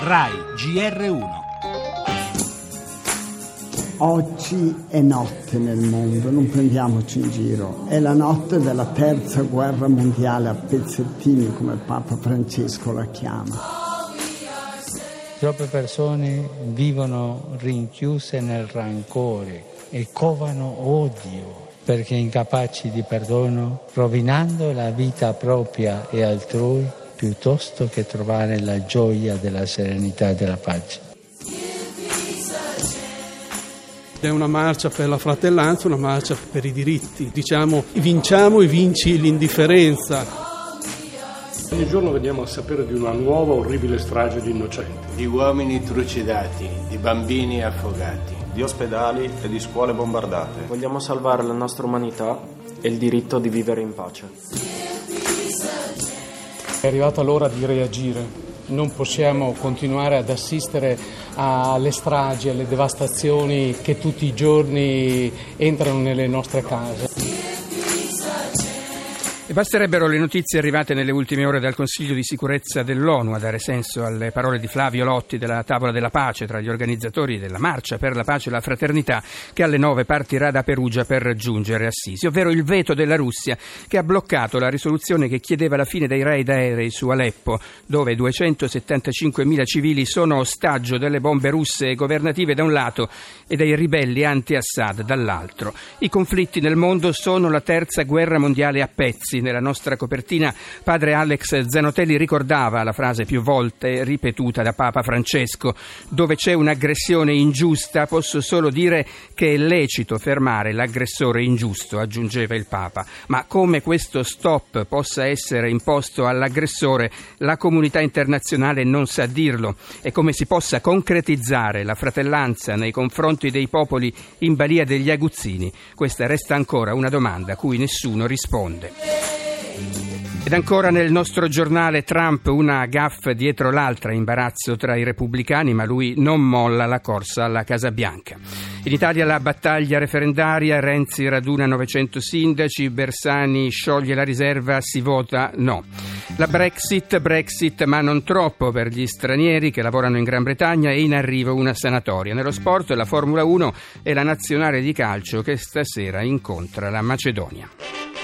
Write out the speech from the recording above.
RAI GR1. Oggi è notte nel mondo, non prendiamoci in giro. È la notte della terza guerra mondiale a pezzettini, come Papa Francesco la chiama. Troppe persone vivono rinchiuse nel rancore e covano odio perché incapaci di perdono, rovinando la vita propria e altrui, piuttosto che trovare la gioia della serenità e della pace. È una marcia per la fratellanza, una marcia per i diritti. Diciamo, vinciamo e vinci l'indifferenza. Ogni giorno veniamo a sapere di una nuova orribile strage di innocenti. Di uomini trucidati, di bambini affogati. Di ospedali e di scuole bombardate. Vogliamo salvare la nostra umanità e il diritto di vivere in pace. È arrivata l'ora di reagire. Non possiamo continuare ad assistere alle stragi, alle devastazioni che tutti i giorni entrano nelle nostre case. E basterebbero le notizie arrivate nelle ultime ore dal Consiglio di sicurezza dell'ONU a dare senso alle parole di Flavio Lotti della Tavola della Pace tra gli organizzatori della Marcia per la Pace e la Fraternità, che alle 9 partirà da Perugia per raggiungere Assisi, ovvero il veto della Russia che ha bloccato la risoluzione che chiedeva la fine dei raid aerei su Aleppo, dove 275.000 civili sono ostaggio delle bombe russe e governative da un lato e dei ribelli anti-Assad dall'altro. I conflitti nel mondo sono la terza guerra mondiale a pezzi. Nella nostra copertina padre Alex Zanotelli ricordava la frase più volte ripetuta da Papa Francesco: dove c'è un'aggressione ingiusta posso solo dire che è lecito fermare l'aggressore ingiusto, aggiungeva il Papa, ma come questo stop possa essere imposto all'aggressore la comunità internazionale non sa dirlo, e come si possa concretizzare la fratellanza nei confronti dei popoli in balia degli aguzzini, questa resta ancora una domanda a cui nessuno risponde. Ed ancora nel nostro giornale Trump, una gaffe dietro l'altra, imbarazzo tra i repubblicani, ma lui non molla la corsa alla Casa Bianca. In Italia la battaglia referendaria, Renzi raduna 900 sindaci, Bersani scioglie la riserva, si vota no. La Brexit ma non troppo per gli stranieri che lavorano in Gran Bretagna, e in arrivo una sanatoria. Nello sport la Formula 1 e la nazionale di calcio che stasera incontra la Macedonia.